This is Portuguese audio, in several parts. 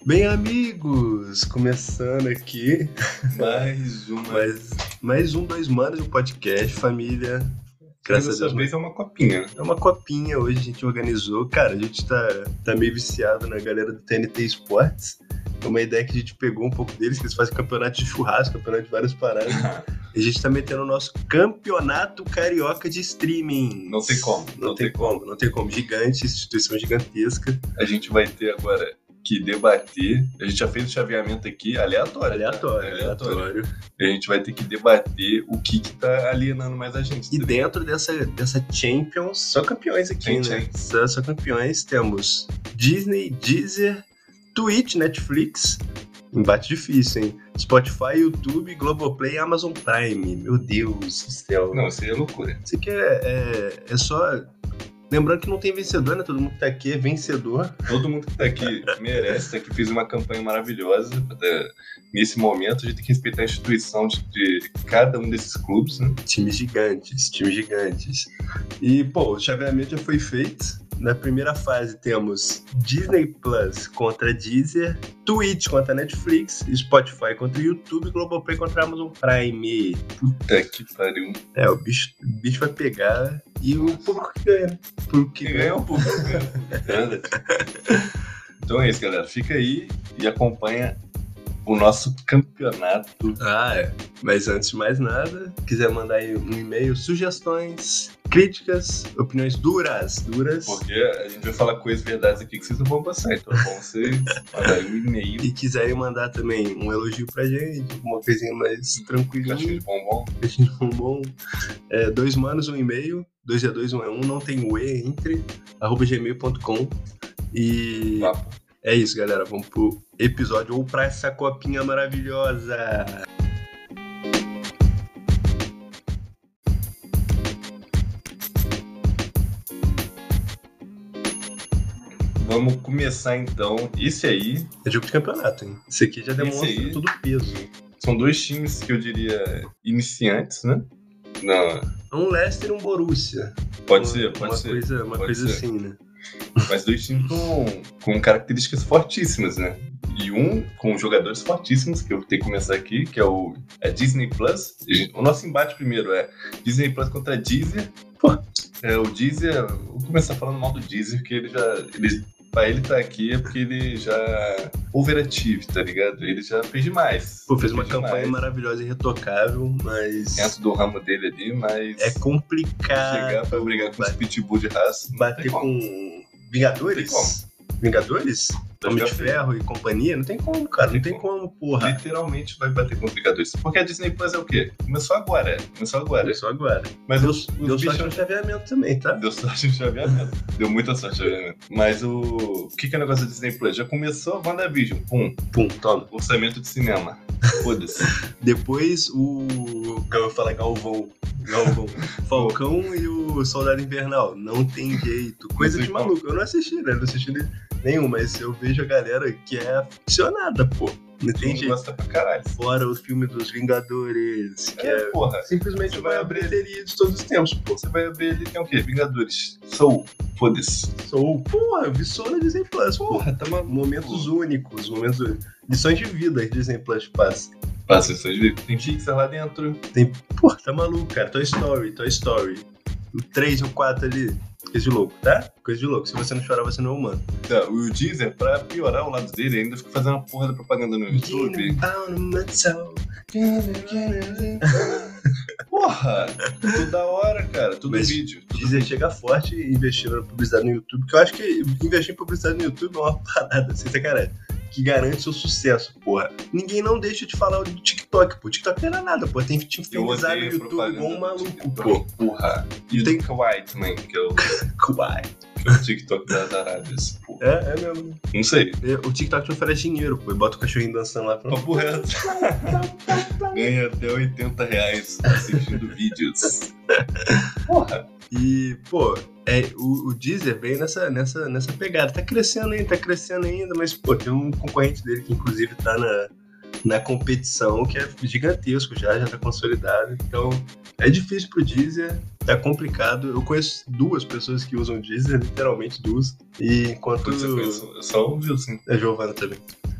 Bem, amigos, começando aqui mais um Dois Manos, um podcast, família. Graças a Deus. Dessa vez é uma copinha. É uma copinha, hoje a gente organizou. Cara, a gente tá meio viciado na galera do TNT Esportes. É uma ideia que a gente pegou um pouco deles, que eles fazem campeonato de churrasco, campeonato de várias paradas. E a gente tá metendo o nosso campeonato carioca de streaming. Não tem como. Gigante, instituição gigantesca. A gente vai ter agora que debater. A gente já fez o chaveamento aqui, aleatório. A gente vai ter que debater o que tá alienando mais a gente. E dentro dessa Champions, só campeões aqui, né? Só campeões. Temos Disney, Deezer, Twitch, Netflix. Embate difícil, hein? Spotify, YouTube, Globoplay e Amazon Prime. Meu Deus do céu. Não, isso aí é loucura. Isso aqui é só... Lembrando que não tem vencedor, né? Todo mundo que tá aqui é vencedor. Todo mundo que tá aqui merece, tá aqui, fez uma campanha maravilhosa. Nesse momento, a gente tem que respeitar a instituição de cada um desses clubes, né? Times gigantes. E, pô, o chaveamento já foi feito. Na primeira fase temos Disney Plus contra Deezer, Twitch contra Netflix, Spotify contra YouTube, Globoplay contra Amazon Prime. Puta que pariu. O bicho vai pegar e o público que ganha, né? Quem ganha é o público. Então é isso, galera. Fica aí e acompanha o nosso campeonato. Mas antes de mais nada, quiser mandar aí um e-mail, sugestões, críticas, opiniões duras. Porque a gente vai falar coisas verdades aqui que vocês não vão passar. Então é bom vocês mandarem um e-mail. E quiserem mandar também um elogio pra gente, uma coisinha mais tranquilinha. Caixinha de bombom. 2 manos, um e-mail, 2 é 1, não tem o E entre, @gmail.com. E... Papo. É isso, galera. Vamos pro episódio ou pra essa copinha maravilhosa. Vamos começar então. Esse aí... É jogo de campeonato, hein? Esse aqui já demonstra todo o peso. São dois times que eu diria iniciantes, né? Um Leicester e um Borussia. Pode ser. Uma coisa assim, né? Mas dois times com características fortíssimas, né? E um com jogadores fortíssimos, que eu tenho que começar aqui, que é Disney Plus. O nosso embate primeiro é Disney Plus contra Deezer. O Deezer, vou começar falando mal do Deezer, porque pra ele tá aqui é porque ele já overachieve, tá ligado? Ele já fez demais. Fez uma campanha maravilhosa e retocável, mas... Dentro do ramo dele ali, mas... É complicado. Chegar pra brigar com os pitbull de raça. Bater com Vingadores? Homem de Ferro e companhia? Não tem como, cara. Não tem como, porra. Literalmente vai bater com os Vingadores. Porque a Disney Plus é o quê? Começou agora. Mas deu sorte no chaveamento também, tá? Deu sorte no chaveamento. Deu muita sorte no chaveamento. Mas o que é o negócio da Disney Plus? Já começou a WandaVision. Pum, toma. Orçamento de cinema. Foda-se. Depois eu vou falar Galvão. Falcão e o Soldado Invernal. Não tem jeito. Coisa de maluco. Eu não assisti, né? Não assisti nenhum, mas eu vejo a galera que é aficionada, pô. Não tem jeito. Gosta pra caralho. Fora o filme dos Vingadores, que porra. Simplesmente vai abrir bilheteria de todos os tempos, pô. Você vai abrir ali, tem o quê? Vingadores. Soul. Foda-se. Porra, eu vi só na Disney Plus, porra. Tá momentos únicos. Lições de vida que Disney Plus passa. Lições de vida. Tem Pixar lá dentro. Porra, tá maluco, cara. Toy Story. O 3 e o 4 ali. Coisa de louco, tá? Coisa de louco. Se você não chorar, você não é humano. O Deezer, pra piorar o lado dele, ainda fica fazendo uma porra da propaganda no YouTube. Porra! Toda hora, cara. Tudo vídeo. Deezer chega forte investindo na publicidade no YouTube, porque eu acho que investir em publicidade no YouTube é uma parada, assim, sacanagem, que garante seu sucesso, porra. Ninguém não deixa de falar do TikTok, pô. TikTok não era nada, pô. Tem que infernizar no YouTube igual um maluco, pô. Porra. E tem Kawaii também, que é o... Kawaii. Que é o TikTok das Arábias, pô. É mesmo. Não sei. O TikTok te oferece dinheiro, pô. E bota o cachorrinho dançando lá. Papo reto. Ganha até R$80 assistindo vídeos. Porra. E, pô, o Deezer vem nessa pegada. Tá crescendo ainda, mas, pô, tem um concorrente dele que, inclusive, tá na competição, que é gigantesco já tá consolidado. Então, é difícil pro Deezer, tá complicado. Eu conheço 2 pessoas que usam Deezer, literalmente 2. E enquanto... Você conhece? Eu só ouvi, assim. É Giovana também.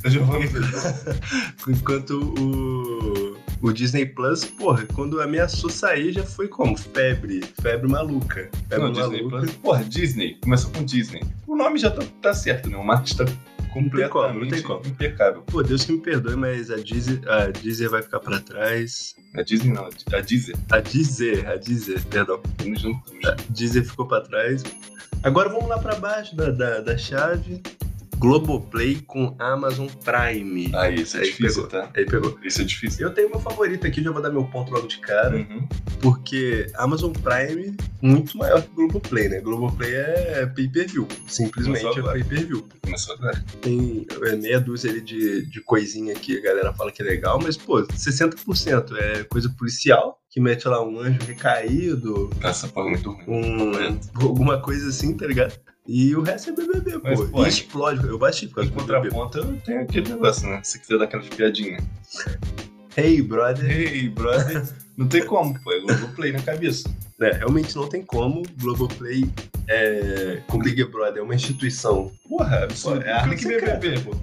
Enquanto o Disney Plus, porra, quando ameaçou sair já foi como? Febre maluca. Febre Disney maluca. Plus. Porra, Disney. Começou com Disney. O nome já tá certo, né? O marketing tá completamente impecável. Pô, Deus que me perdoe, mas a Deezer vai ficar pra trás. A Disney não, a Deezer. A Deezer, perdão. Tamo junto. A Deezer ficou pra trás. Agora vamos lá pra baixo da chave. Globoplay com Amazon Prime. Aí, isso é difícil, pegou. tá? Aí pegou. Isso é difícil. Eu tenho meu favorito aqui, já vou dar meu ponto logo de cara. Uhum. Porque Amazon Prime muito maior que Globoplay, né? Globoplay é pay-per-view. Simplesmente é pay-per-view. Começou agora. Tem meia dúzia ali de coisinha que a galera fala que é legal, mas, pô, 60% é coisa policial, que mete lá um anjo recaído. Essa porra é muito ruim. Alguma coisa assim, tá ligado? E o resto é BBB, mas, pô. E explode. Eu bati por causa do BBB. Em contraponto, eu tenho aquele negócio, né? Se quiser dar aquelas piadinhas. Hey, brother. Hey, brother. Não tem como, pô. É Globoplay na cabeça. Realmente não tem como. Globoplay com Big Brother é uma instituição. Porra, absurdo. É a Clique BBB, pô.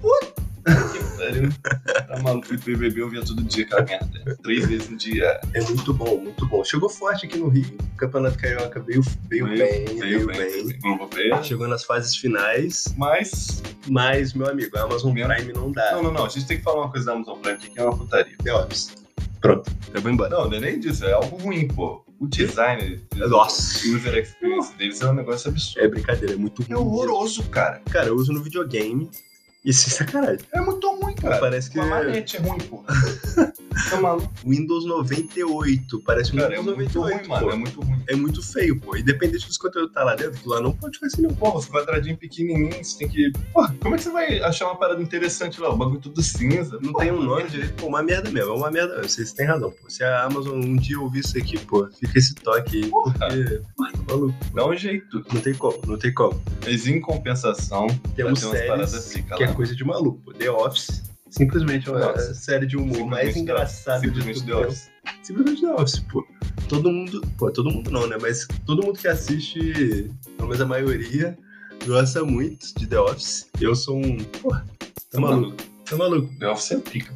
Tá maluco, de BBB eu via todo dia aquela merda. 3 vezes no dia. É muito bom, muito bom. Chegou forte aqui no Rio. O Campeonato Carioca veio bem. Globoplay. Chegou nas fases finais. Mas, meu amigo, a Amazon Prime não dá. Não. A gente tem que falar uma coisa da Amazon Prime aqui que é uma putaria. The Office. Pronto, eu vou embora. Não é nem disso, é algo ruim, pô. O design, nossa, o user experience deles é um negócio absurdo. É brincadeira, é muito ruim. É horroroso, cara. Cara, eu uso no videogame. Isso é sacanagem. É muito ruim, cara. Parece que... Uma manete é ruim, pô. Tá maluco. Windows 98. Parece cara, Windows 98, muito ruim, mano. É muito ruim. É muito feio, pô. Independente dos conteúdos que tá lá dentro, que lá não pode fazer nenhum. Porra, os quadradinhos pequenininhos, você tem que... Porra, como é que você vai achar uma parada interessante lá? O bagulho tudo cinza. Não tem um nome direito. Pô, uma merda mesmo. É uma merda mesmo. Vocês têm razão, pô. Se a Amazon um dia ouvir isso aqui, pô, fica esse toque aí. Porra. Porque... maluco. Dá um jeito. Não tem como. Mas em compensação, temos séries que é coisa de maluco, pô. The Office, simplesmente uma série de humor mais engraçada de tudo. The Office. Simplesmente The Office, pô. Todo mundo não, né? Mas todo mundo que assiste, pelo menos a maioria, gosta muito de The Office. Eu sou um... Porra, tá maluco. The Office é pica.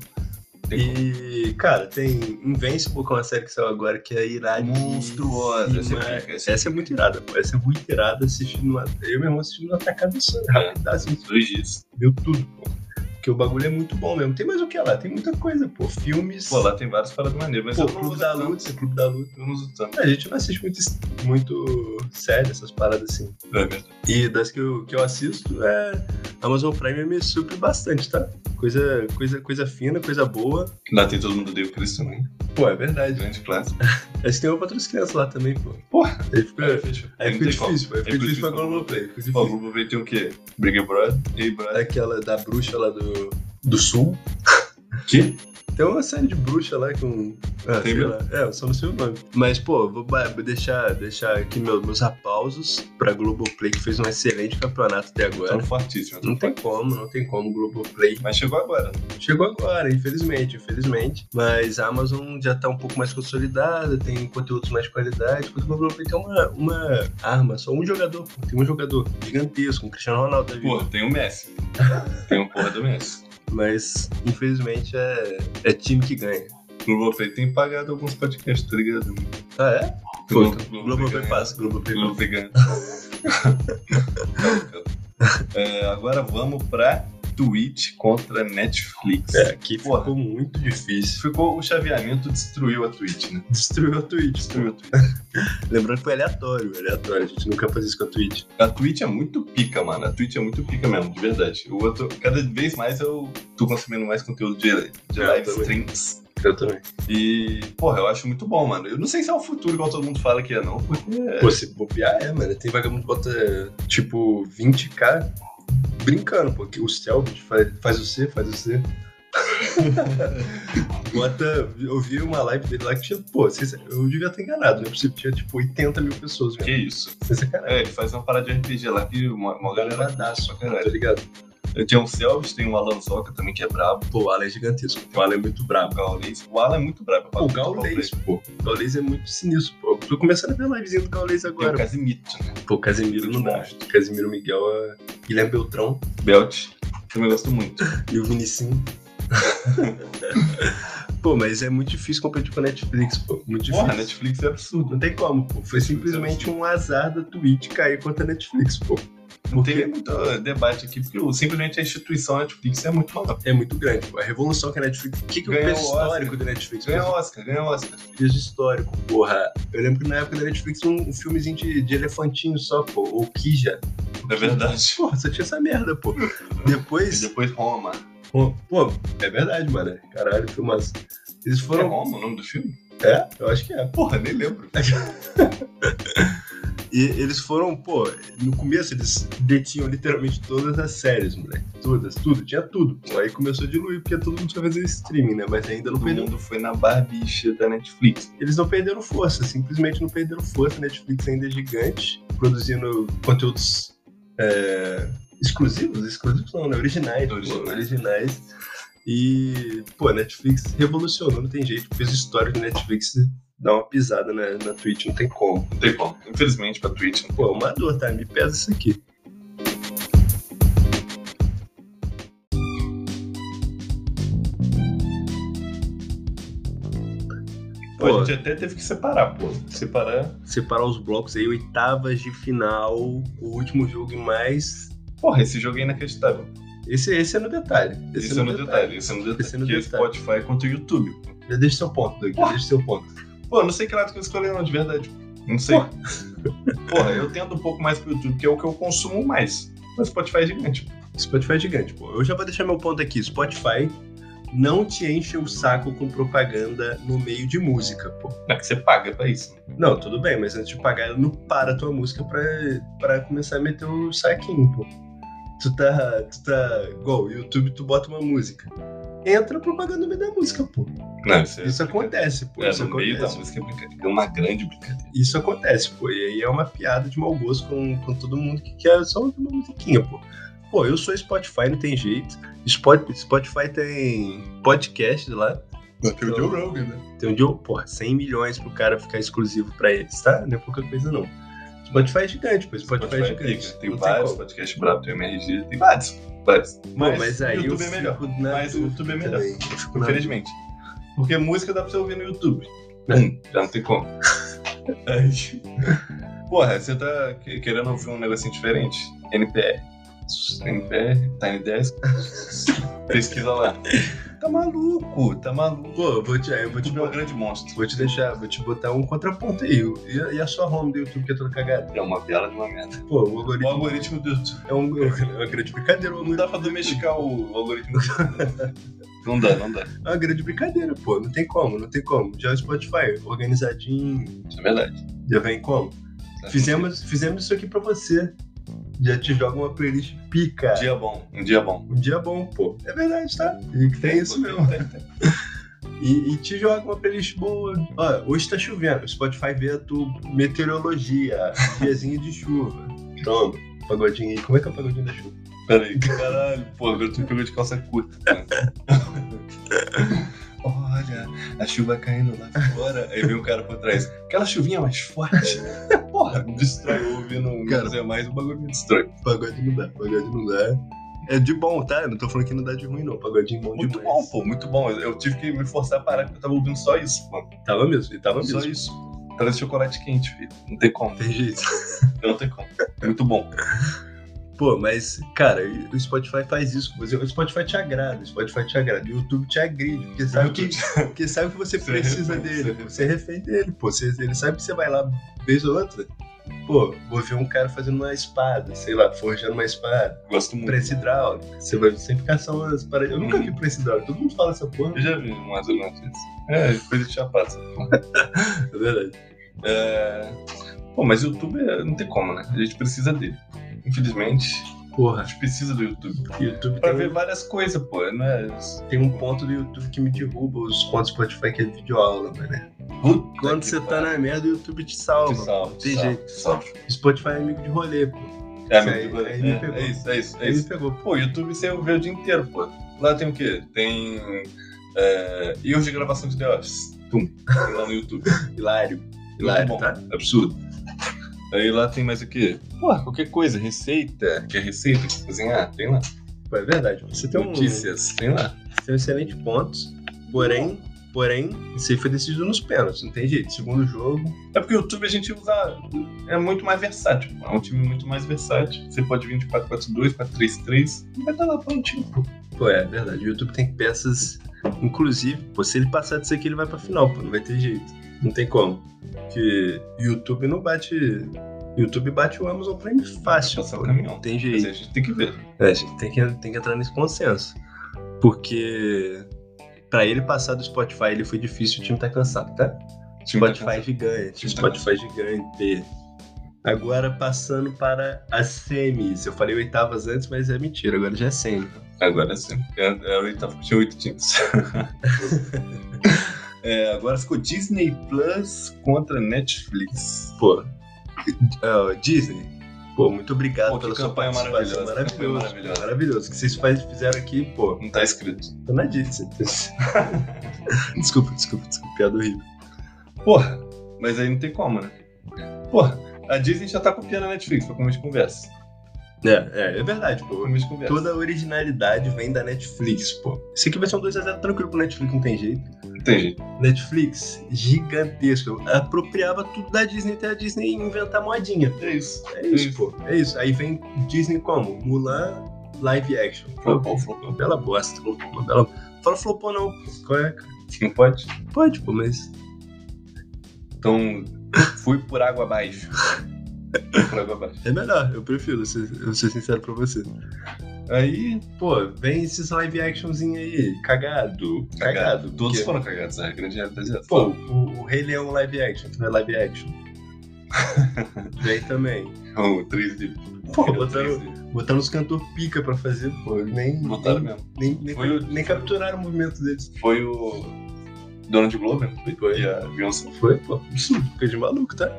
E, cara, tem Invincible, que é uma série que saiu agora, que é iradíssima. Monstruosa. Essa é muito irada, pô. Essa é muito irada, eu mesmo assistindo uma tacada só, rapidinho. 2 dias. Viu tudo, pô. Porque o bagulho é muito bom mesmo. Tem mais o que lá? Tem muita coisa, pô. Filmes. Pô, lá tem várias paradas maneiras. Mas pô, Clube da Luta. Eu não uso tanto. A gente não assiste muito sério, essas paradas assim. É verdade. E das que eu assisto, Amazon Prime me supre bastante, tá? Coisa fina, coisa boa. Lá tem Todo Mundo Odeia o Chris também. Pô, é verdade. Grande clássico. Acho que tem uma pra outras crianças lá também, pô. Porra. Aí fica difícil. Aí fica difícil pra Globoplay. O Globoplay tem o quê? Big Brother? Hey, Brother? Aquela da bruxa lá do sul. Que? Tem uma série de bruxa lá com... tem mesmo? Eu só não sei o nome. Mas, pô, vou deixar aqui meus aplausos pra Globoplay, que fez um excelente campeonato até agora. Tão fortíssimo. Não tem como Globoplay. Mas chegou agora. Chegou agora, infelizmente. Mas a Amazon já tá um pouco mais consolidada, tem conteúdos mais de qualidade. Enquanto o Globoplay tem uma arma, só um jogador, pô. Tem um jogador gigantesco, um Cristiano Ronaldo da vida. Pô, tem o Messi. Tem um porra do Messi. Mas, infelizmente, é time que ganha. O Globoplay tem pagado alguns podcasts, tá ligado? Ah, é? Pô, Globoplay passa. Globoplay ganha. Agora vamos pra Twitch contra Netflix. Aqui ficou muito difícil. O chaveamento destruiu a Twitch, né? Destruiu a Twitch. Lembrando que foi aleatório. A gente nunca faz isso com a Twitch. A Twitch é muito pica, mano. A Twitch é muito pica mesmo, de verdade. Cada vez mais eu tô consumindo mais conteúdo de live streams. Eu também. E, porra, eu acho muito bom, mano. Eu não sei se é o futuro, igual todo mundo fala que é, não. Porque... Pô, se bobear, mano. Tem vagabundo que bota, tipo, 20k brincando, pô. Que o Selbit faz o C. Eu vi uma live dele lá que tinha, pô, eu devia ter enganado, não é possível, tinha tipo 80 mil pessoas, velho. Que isso? Ele faz uma parada de RPG lá que uma galera daço pra caralho, tá ligado? Tem um Selbit, tem um Alan Zoca também que é brabo. Pô, o Alan é gigantesco, o Alan é muito brabo. O Alan é muito brabo. O Gaules, pô. O Gaules é muito sinistro, pô. Eu tô começando a ver livezinha do Gaules agora. Tem o Casimiro, né? Pô, Casimiro não dá. Casimiro Miguel, Guilherme Beltrão. Belt. Também gosto muito. E o Vinicinho. Pô, mas é muito difícil competir com a Netflix, pô. Muito difícil. Porra, a Netflix é absurdo. Não tem como, pô. Foi simplesmente um azar da Twitch cair contra a Netflix, pô. Não tem muito debate aqui, porque simplesmente a instituição Netflix é muito maior. É muito grande, pô. A revolução que a Netflix... O que é o peso histórico da Netflix? Ganhou Oscar. Peso histórico, porra. Eu lembro que na época da Netflix tinha um filmezinho de elefantinho só, pô. Ou Kija. É verdade. Porra, só tinha essa merda, pô. E Depois Roma. Pô, é verdade, mano. Caralho, filmaço. Eles foram... É Roma o nome do filme? É? Eu acho que é. Porra, nem lembro. E eles foram, pô, no começo eles detinham literalmente todas as séries, moleque. Todas, tudo, tinha tudo. Pô, aí começou a diluir, porque todo mundo só fazia streaming, né? Mas ainda não perdeu. Todo mundo foi na barbicha da Netflix. Eles não perderam força, simplesmente não perderam força. A Netflix ainda é gigante, produzindo conteúdos exclusivos? Exclusivos não, né? Originais. Originais. E, pô, a Netflix revolucionou, não tem jeito. Fez história de Netflix dar uma pisada na Twitch, não tem como. Não tem como. Infelizmente pra Twitch. Não. Pô, uma dor, tá? Me pesa isso aqui. Pô, a gente até teve que separar, pô. Separar os blocos aí, oitavas de final, o último jogo e mais... Porra, esse jogo é inacreditável. Esse é no detalhe. Esse é no detalhe. Que Spotify contra o YouTube. Deixa seu ponto, Doug. Deixa seu ponto. Pô, não sei que lado que eu escolhi não, de verdade. Não sei. Porra, eu tendo um pouco mais pro YouTube, que é o que eu consumo mais. Mas Spotify é gigante. Spotify é gigante, pô. Eu já vou deixar meu ponto aqui. Spotify não te enche o saco com propaganda no meio de música, pô. Não é que você paga pra isso. Não, tudo bem, mas antes de pagar, ela não para a tua música pra começar a meter o saquinho, pô. Tu tá igual o YouTube, tu bota uma música. Entra propaganda no meio da música, pô. Não, isso acontece, pô. Isso no meio da música é brincadeira. É uma grande brincadeira. Isso acontece, pô. E aí é uma piada de mau gosto com todo mundo que quer só ouvir uma musiquinha, pô. Pô, eu sou Spotify, não tem jeito. Spotify tem podcast lá. Tem o Joe Rogan, né? Tem o Joe, porra, 100 milhões pro cara ficar exclusivo pra eles, tá? Não é pouca coisa, não. Spotify é gigante, pô. Spotify é gigante. Tem vários podcasts bravos, tem o MRG, tem vários. Mas aí o YouTube é melhor. Mas o YouTube é melhor. Infelizmente. Porque música dá pra você ouvir no YouTube. Já não tem como. Porra, você tá querendo ouvir um negocinho diferente? NPR, Tiny Desk. Pesquisa lá. Tá maluco. Pô, eu vou te um grande monstro. Vou te botar um contraponto aí. E a sua home do YouTube que é toda cagada? É uma bela de uma merda. Pô, o algoritmo do YouTube. É uma grande brincadeira. Não dá pra domesticar o algoritmo do YouTube. Não dá. É uma grande brincadeira, pô. Não tem como. Já o Spotify, organizadinho. Isso é verdade. Já vem como? Fizemos isso aqui pra você. Já te joga uma playlist pica. Um dia bom, pô. É verdade, tá? Tem isso mesmo. E te joga uma playlist boa. Ó, hoje tá chovendo. O Spotify vê a tua meteorologia, diazinho de chuva. Toma, pagodinho aí. Como é que é o pagodinho da chuva? Peraí, caralho. Pô, agora tu me pegou de calça curta. Olha, a chuva caindo lá fora. Aí vem um cara por trás. Aquela chuvinha mais forte. Porra, me distrai ouvindo um Fazer Mais, o bagulho me destrói. Pagode não dá. É de bom, tá? Eu não tô falando que não dá de ruim, não. Pagodinho bom muito demais. Muito bom, pô, muito bom. Eu tive que me forçar a parar porque eu tava ouvindo só isso, mano. Tava mesmo. Só isso. Parece chocolate quente, filho. Não tem como. Tem jeito. Não tem como. É muito bom. Pô, mas, cara, o Spotify faz isso com você. O Spotify te agrada. O YouTube te agride, porque sabe que você precisa dele. Você é refém dele, pô. Ele sabe que você vai lá, vez ou outra. Pô, vou ver um cara fazendo uma espada, sei lá, forjando uma espada. Gosto muito. Pressa hidráulica. Você vai sempre caçar umas paradas. Eu nunca vi pressa hidráulica. Todo mundo fala essa porra. Eu já vi umas vezes. Coisa de chapata. É verdade. Pô, mas o YouTube não tem como, né? A gente precisa dele. Infelizmente, porra, a gente precisa do YouTube. YouTube pra ver várias coisas, pô. Não é... Tem um ponto do YouTube que me derruba os pontos do Spotify, que é videoaula, né? Quando você tá na merda, o YouTube te salva. Tem jeito. Spotify é amigo de rolê, pô. É amigo de rolê. Me pegou. É isso. Me pegou. Pô, o YouTube você vê o dia inteiro, pô. Lá tem o quê? Tem erros de gravação de The Office. Tem lá no YouTube. Hilário, bom, tá? Absurdo. Aí lá tem mais o quê? Pô, qualquer coisa, receita. Quer receita? Quer cozinhar? Tem lá. Pô, é verdade. Você tem Notícias, tem lá. Tem excelentes pontos, porém, isso aí foi decidido nos pênaltis, não tem jeito. Segundo jogo. É porque o YouTube a gente usa. É muito mais versátil. É um time muito mais versátil. Você pode vir de 4-4-2, 4-3-3. Não vai dar lá prontinho, pô. Pô, é verdade. O YouTube tem peças. Inclusive, pô, se ele passar disso aqui, ele vai pra final, pô. Não vai ter jeito. Não tem como. Porque YouTube não bate. YouTube bate o Amazon Prime fácil. Passar o caminhão. Não tem jeito. Mas a gente tem que ver. A gente tem que entrar nesse consenso. Porque pra ele passar do Spotify, ele foi difícil, o time tá cansado, tá? Spotify é gigante, Spotify é gigante. Agora passando para as semis. Eu falei oitavas antes, mas é mentira, agora já é semi. Agora sim. A oitava tinha 8 times. Agora ficou Disney Plus contra Netflix. Pô, Disney. Pô, muito obrigado pela sua campanha participação. Maravilhoso. O que vocês fizeram aqui, pô. Não tá escrito. Tô na Disney. Desculpa, piada horrível. Porra, mas aí não tem como, né? Porra, a Disney já tá copiando a Netflix, pra começo de conversa. É verdade, pô. Começo de conversa. Toda a originalidade vem da Netflix, pô. Isso aqui vai ser um 2x0 tranquilo pro Netflix, não tem jeito. Não tem jeito. Netflix, gigantesco. Apropriava tudo da Disney até a Disney inventar modinha. É isso, pô. É isso. Aí vem Disney como? Mulan, live action. Flopou. Bela bosta. Fala flopou não, pô. Qual é, cara? Não pode? Pode, pô, mas... Então, fui por água abaixo. É melhor, eu prefiro, eu ser sincero pra você. Aí, pô, vem esses live actionzinho aí, cagado. Todos foram cagados, a grande realidade. Pô, o Rei Leão live action, não é live action. Vem também. O 3D. Pô, botaram os cantor pica pra fazer, pô, botaram mesmo. Nem capturaram o movimento deles. Foi o Donald Glover, foi a Beyoncé. Foi, pô, absurdo, coisa de maluco, tá?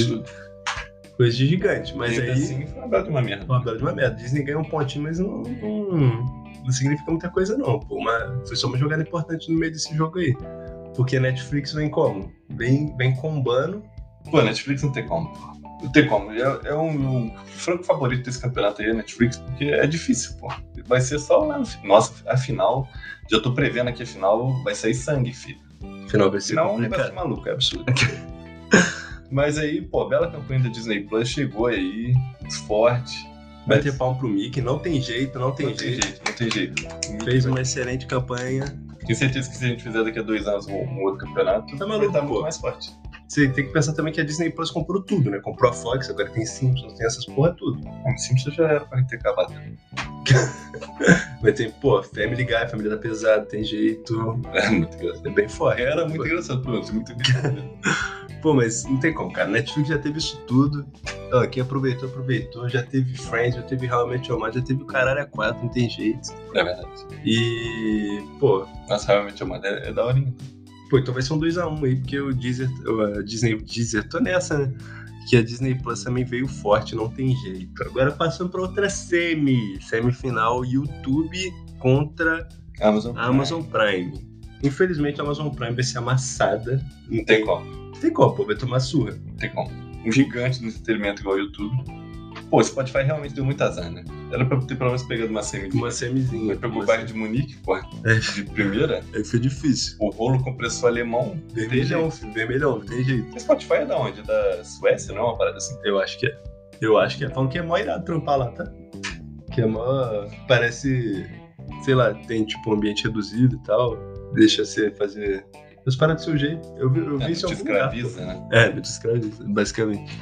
Coisa de gigante, mas aí... assim, foi uma bela de uma merda. Disney ganha um pontinho, mas não significa muita coisa não, pô. Foi só uma jogada importante no meio desse jogo aí. Porque a Netflix vem como? Vem combando. Pô, a Netflix não tem como, pô. Não tem como. É um franco favorito desse campeonato aí, a Netflix, porque é difícil, pô. Vai ser só lá no final. Nossa, a final, já tô prevendo aqui a final, vai sair sangue, filho. Final vai ser complicado. Vai ser maluco, é absurdo. Mas aí, pô, bela campanha da Disney Plus chegou aí, forte. Vai ter palmo pro Mickey, não tem jeito. Fez uma excelente campanha. Tenho certeza que se a gente fizer daqui a 2 anos um outro campeonato, tá maluco, vai estar muito mais forte. Você tem que pensar também que a Disney Plus comprou tudo, né? Comprou a Fox, agora tem Simpsons, tem essas porra tudo. O Simpsons já era pra ter acabado. Mas tem, pô, Family Guy, Família da Pesada, tem jeito. É muito engraçado. É bem forte. Era muito engraçado, pronto, muito engraçado. Pô, mas não tem como, cara. Netflix já teve isso tudo. Ó, quem aproveitou. Já teve Friends, já teve How I Met Your Mother, já teve o caralho a 4, não tem jeito. É verdade. E, pô... Nossa, How I Met Your Mother é daorinha. Pô, então vai ser um 2x1 aí, porque o Deezer, tô nessa, né? Que a Disney Plus também veio forte, não tem jeito. Agora passando pra outra semifinal, YouTube contra Amazon Prime. Infelizmente a Amazon Prime vai ser amassada. Não tem como. Tem como, pô, vai tomar surra. Não tem como. Um gigante no entretenimento igual o YouTube. Pô, o Spotify realmente deu muito azar, né? Era pra ter pelo menos pegado uma semizinha. Uma semizinha. Pegou o Bayern de Munique, pô, de primeira. Aí foi difícil. O rolo compressor alemão. Vermelhão, não tem jeito. O Spotify é da onde? Da Suécia, não é uma parada assim? Eu acho que é. Falam que é mó irado trampar lá, tá? Que é mó... Parece... Sei lá, tem tipo um ambiente reduzido e tal. Deixa você fazer... Mas para do seu jeito. Eu vi isso em algum lugar. Te escraviza, né? Me escraviza, basicamente.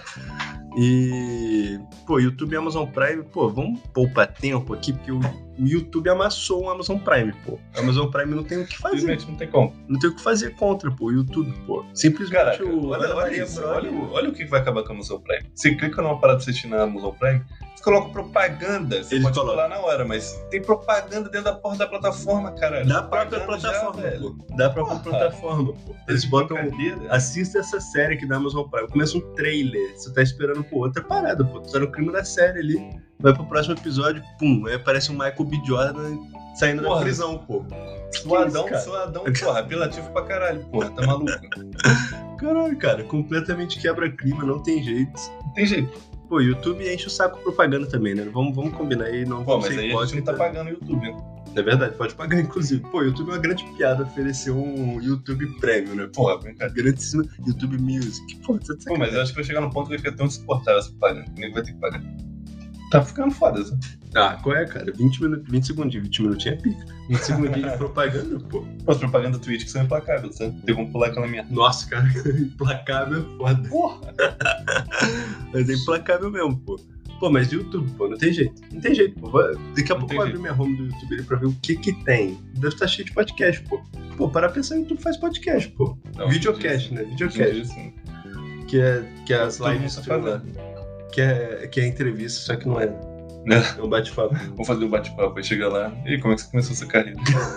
E, pô, YouTube e Amazon Prime, pô, vamos poupar tempo aqui, porque o YouTube amassou o Amazon Prime, pô. A Amazon Prime não tem o que fazer. Simplesmente não tem como. Não tem o que fazer contra, pô, o YouTube, pô. Simplesmente caraca, olha o que vai acabar com a Amazon Prime. Você clica numa parada pra você assistir na Amazon Prime, você coloca propaganda. Você pode pular na hora, mas tem propaganda dentro da porra da plataforma, cara. Da própria plataforma, pô. Da própria plataforma, pô. Eles botam... Assista essa série aqui da Amazon Prime. Começa um trailer, você tá esperando, pô, outra parada, pô. Tu tá no clima da série ali, vai pro próximo episódio, pum, aí aparece um Michael B. Jordan saindo da prisão, pô. Suadão, porra, apelativo pra caralho, porra, tá maluco? Caralho, cara, completamente quebra clima, não tem jeito. Não tem jeito. pô, YouTube enche o saco propaganda também, né? Vamos combinar aí, não Pô, vamos mas ser aí a gente não tá hipócrita. pagando o YouTube, né? É verdade, pode pagar, inclusive. Pô, YouTube é uma grande piada oferecer um YouTube Premium, né? Porra, brincadeira. Grandíssimo YouTube Music. Pô, você tá Pô, mas eu acho que vai chegar num ponto que vai ficar tão insuportável essa propaganda. Ninguém vai ter que pagar. Tá ficando foda, sabe? Ah, qual é, cara? 20 segundinhos, 20 minutinhos é pica. 20 segundinhos de propaganda, pô. Pô, as propagandas do Twitch que são implacáveis, sabe? Tem como pular aquela merda. Nossa, cara, implacável é foda. Porra! Mas é implacável mesmo, pô. Pô, mas do YouTube, pô, não tem jeito. Não tem jeito, pô. Daqui a pouco eu vou abrir minha home do YouTube ali pra ver o que tem. Deve estar cheio de podcast, pô. Pô, para pensar, o YouTube faz podcast, pô. Não, Videocast, né? Videocast. Assim. Que é as Todo mundo lives tá stream lá. fazendo. Que é entrevista, só que não é. É um bate-papo. Vamos fazer um bate-papo, aí chega lá. E aí, como é que você começou essa carreira?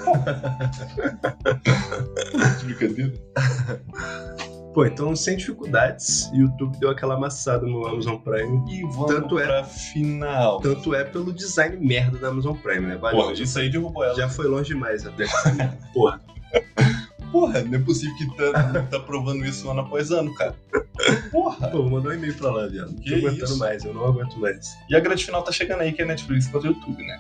De brincadeira. Pô, então, sem dificuldades, o YouTube deu aquela amassada no Amazon Prime. E vamos Tanto é- pra final. Tanto é pelo design merda da Amazon Prime, né? Valeu. Porra, isso aí derrubou ela. Já foi longe demais até essa merda. Porra. Porra, não é possível que tá provando isso ano após ano, cara. Porra! Pô, vou mandar um e-mail pra lá, viado. Não tô Que aguentando isso? mais, eu não aguento mais. E a grande final tá chegando aí, que é Netflix contra o YouTube, né?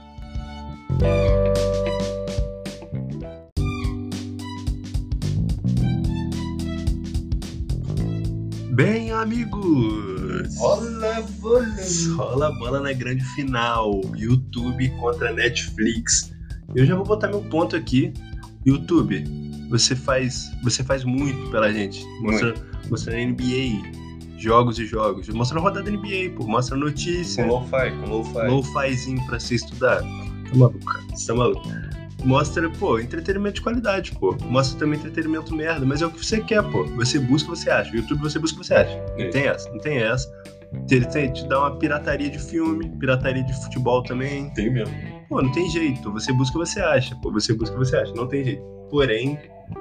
Bem, amigos! Rola, bola! Rola a bola na grande final. YouTube contra Netflix. Eu já vou botar meu ponto aqui. YouTube, você faz muito pela gente. Mostrando NBA, jogos e jogos. Mostra a rodada da NBA, pô. Mostra notícia. Com lo-fi. Lo-fizinho pra você estudar. Tá maluco, cara. Você tá maluco. Mostra, pô, entretenimento de qualidade, pô. Mostra também entretenimento merda, mas é o que você quer, pô. Você busca, você acha. O YouTube você busca, você acha. Não tem essa, não tem essa. Ele te dá uma pirataria de filme, pirataria de futebol também. Tem mesmo. Pô, não tem jeito. Você busca, você acha. Pô, você busca, você acha. Não tem jeito. Porém,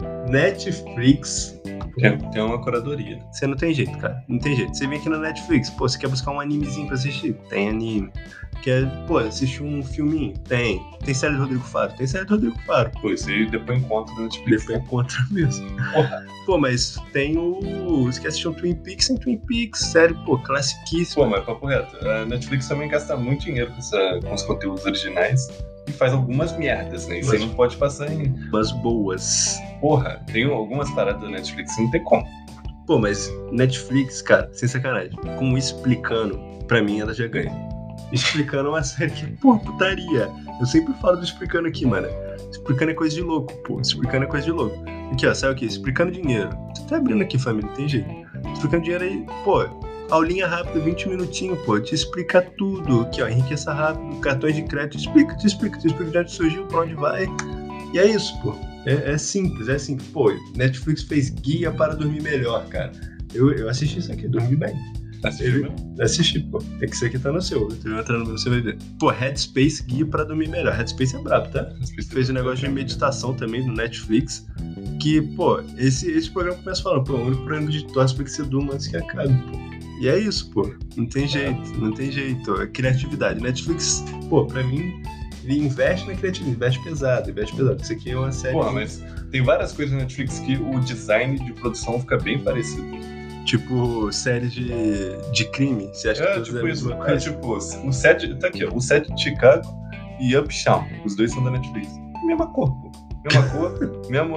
Netflix... Tem uma curadoria. Você não tem jeito, cara. Não tem jeito. Você vem aqui na Netflix, pô, você quer buscar um animezinho pra assistir? Tem anime. Quer, pô, assistir um filminho? Tem. Tem série do Rodrigo Faro? Tem série do Rodrigo Faro. Pô, isso aí depois encontra na Netflix. Depois encontra mesmo. Porra. Pô, mas tem o... Você quer assistir um Twin Peaks? Tem Twin Peaks. Série, pô, classiquíssima. Pô, mas papo reto. A Netflix também gasta muito dinheiro com os conteúdos originais e faz algumas merdas, né? Isso aí não pode passar em... Umas boas. Porra, tem algumas paradas da Netflix que não tem como. Pô, mas Netflix, cara, sem sacanagem, com o Explicando, pra mim ela já ganha. Explicando é uma série que, pô, putaria. Eu sempre falo do Explicando aqui, mano. Explicando é coisa de louco, pô. Explicando é coisa de louco. Aqui, ó, sabe o quê? Explicando dinheiro. Você tá abrindo aqui, família, tem jeito. Explicando dinheiro aí, pô, aulinha rápida, 20 minutinhos, pô. Te explica tudo. Aqui, ó, enriqueça rápido, cartões de crédito, te explica de onde surgiu, pra onde vai. E é isso, pô. É simples, é simples. Pô, Netflix fez guia para dormir melhor, cara. Eu assisti isso aqui, dormi bem. Assisti, pô. É que isso aqui tá no seu. Eu entrar no meu, você vai ver. Pô, Headspace, guia para dormir melhor. Headspace é brabo, tá? Fez um negócio de meditação também no Netflix. Que, pô, esse programa começa falando, pô, o único programa de torce pra que você durma antes que acabe, pô. E é isso, pô. Não tem jeito, não tem jeito. É criatividade. Netflix, pô, pra mim, ele investe na criatividade, investe pesado. Isso aqui é uma série... Pô, mas tem várias coisas na Netflix que o design de produção fica bem parecido. Tipo, séries de crime. Você acha que tipo isso. Tipo, o set... Tá aqui, ó. O set de Chicago e Uptown. Os dois são da Netflix. Mesma cor, pô. Mesma cor,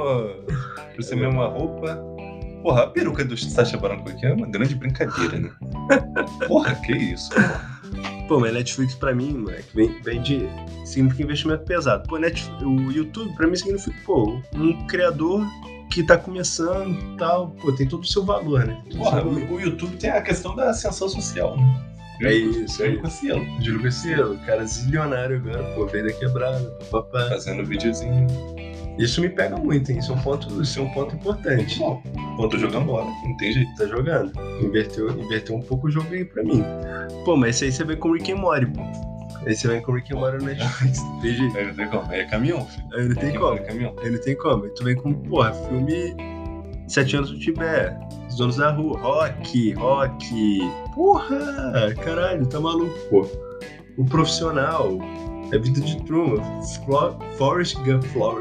mesma roupa. Porra, a peruca do Sacha Baron Cohen é uma grande brincadeira, né? Porra, que isso, porra. Pô, mas Netflix pra mim, moleque, vem de... significa investimento pesado. Pô, o YouTube pra mim significa, pô, um criador que tá começando e tal, pô, tem todo o seu valor, né? Porra, o YouTube tem a questão da ascensão social, né? É isso, Júlio Cossielo. Júlio Cossielo, cara zilionário agora, pô, veio da quebrada, papapá. Fazendo videozinho. Isso me pega muito, hein? Isso é um ponto importante. Bom, tô jogando bola, não tem jeito. Tá jogando. Inverteu um pouco o jogo aí pra mim. Pô, mas aí você vem com Rick and Morty, pô. Aí você vem com Rick and Morty no Netflix. Tem jeito. Aí não tem como. Aí é caminhão, filho. Aí não tem como. É caminhão. Aí não tem como. Aí tu vem com, porra, filme 7 anos no Tibete, Os Donos da Rua, Rock. Porra, caralho, tá maluco, pô. O Profissional, A Vida de Truman, Forrest Gump.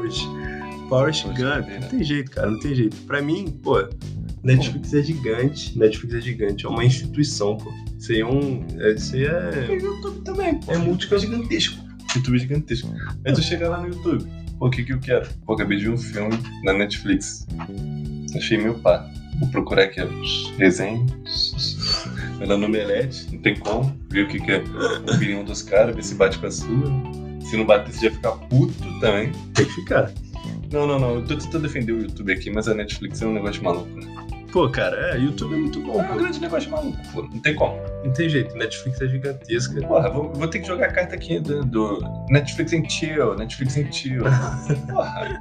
Não tem jeito, cara, não tem jeito. Pra mim, pô, Netflix é gigante, é uma instituição, pô. Isso aí é um. Isso aí é. E o YouTube também, pô. É multicanal. gigantesco. YouTube é gigantesco. Aí tu chega lá no YouTube. Pô, o que eu quero? Pô, acabei de ver um filme na Netflix. Achei meu pá. Vou procurar aqui as resenhas. Vai lá no Omelete, não tem como. Ver o que é a opinião dos caras, ver se bate com a sua. Se não bater, você já fica puto também. Tem que ficar. Não. Eu tô tentando defender o YouTube aqui, mas a Netflix é um negócio maluco, né? Pô, cara, YouTube é muito bom. É um grande negócio maluco, pô. Não tem como. Não tem jeito, Netflix é gigantesca. Porra, vou ter que jogar a carta aqui do Netflix and Chill. Porra.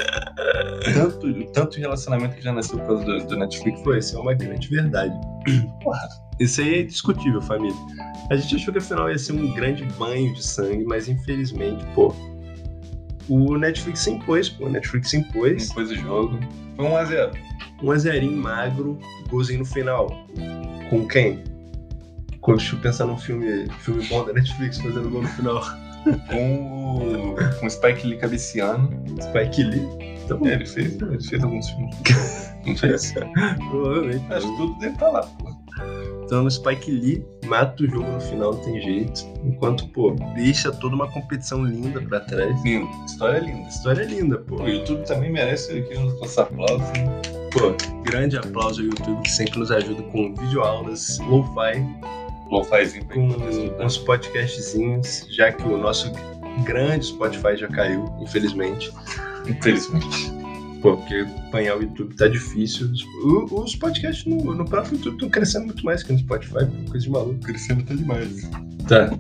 Tanto relacionamento que já nasceu por causa do Netflix. Pô, isso é uma grande verdade. Porra. Isso aí é discutível, família. A gente achou que afinal ia ser um grande banho de sangue, mas infelizmente, pô, o Netflix se impôs, pô. Depois do jogo. Foi 1-0. 1-0 magro, golzinho no final. Com quem? Deixa eu pensar num filme bom da Netflix fazendo gol no final. Com o Spike Lee cabeceando. Spike Lee? Então, Ele fez alguns filmes. Não fez? Provavelmente. Acho que tudo deve estar lá, pô. Então o Spike Lee mata o jogo no final, não tem jeito. Enquanto, pô, deixa toda uma competição linda pra trás. Lindo. História linda. História linda, pô. O YouTube também merece aqui os nossos aplausos. Pô, grande aplauso ao YouTube que sempre nos ajuda com videoaulas, lo-fi, Lo-fizinho pra com estudar. uns podcastzinhos, já que o nosso grande Spotify já caiu, infelizmente. Infelizmente. Pô, porque acompanhar o YouTube tá difícil. Os podcasts no próprio YouTube estão crescendo muito mais que no Spotify, coisa de maluco. Crescendo tá demais. Tá.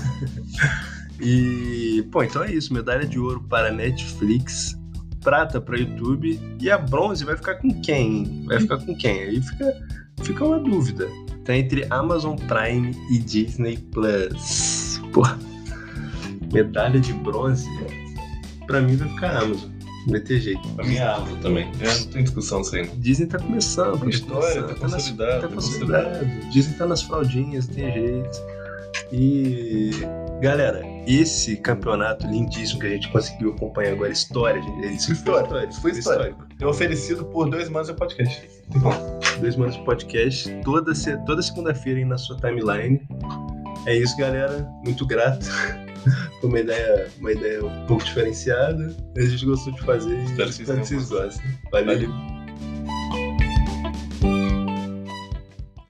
E, pô, então é isso. Medalha de ouro para Netflix, prata para YouTube e a bronze vai ficar com quem? Aí fica uma dúvida. Tá entre Amazon Prime e Disney Plus. Pô, medalha de bronze, pra mim vai ficar Amazon. Não vai ter jeito. Pra mim é Amazon também. Não tem discussão isso aí, não. Disney tá começando. A história tá consolidado. Disney tá nas fraldinhas, tem jeito. E, galera, esse campeonato lindíssimo que a gente conseguiu acompanhar agora, história, gente. Foi histórico. É oferecido por 2 Manos no podcast. Tem como. 2 Manos Podcast, toda segunda-feira aí na sua timeline. É isso, galera. Muito grato. Foi uma ideia um pouco diferenciada. A gente gostou de fazer e espero que vocês gostem. Valeu.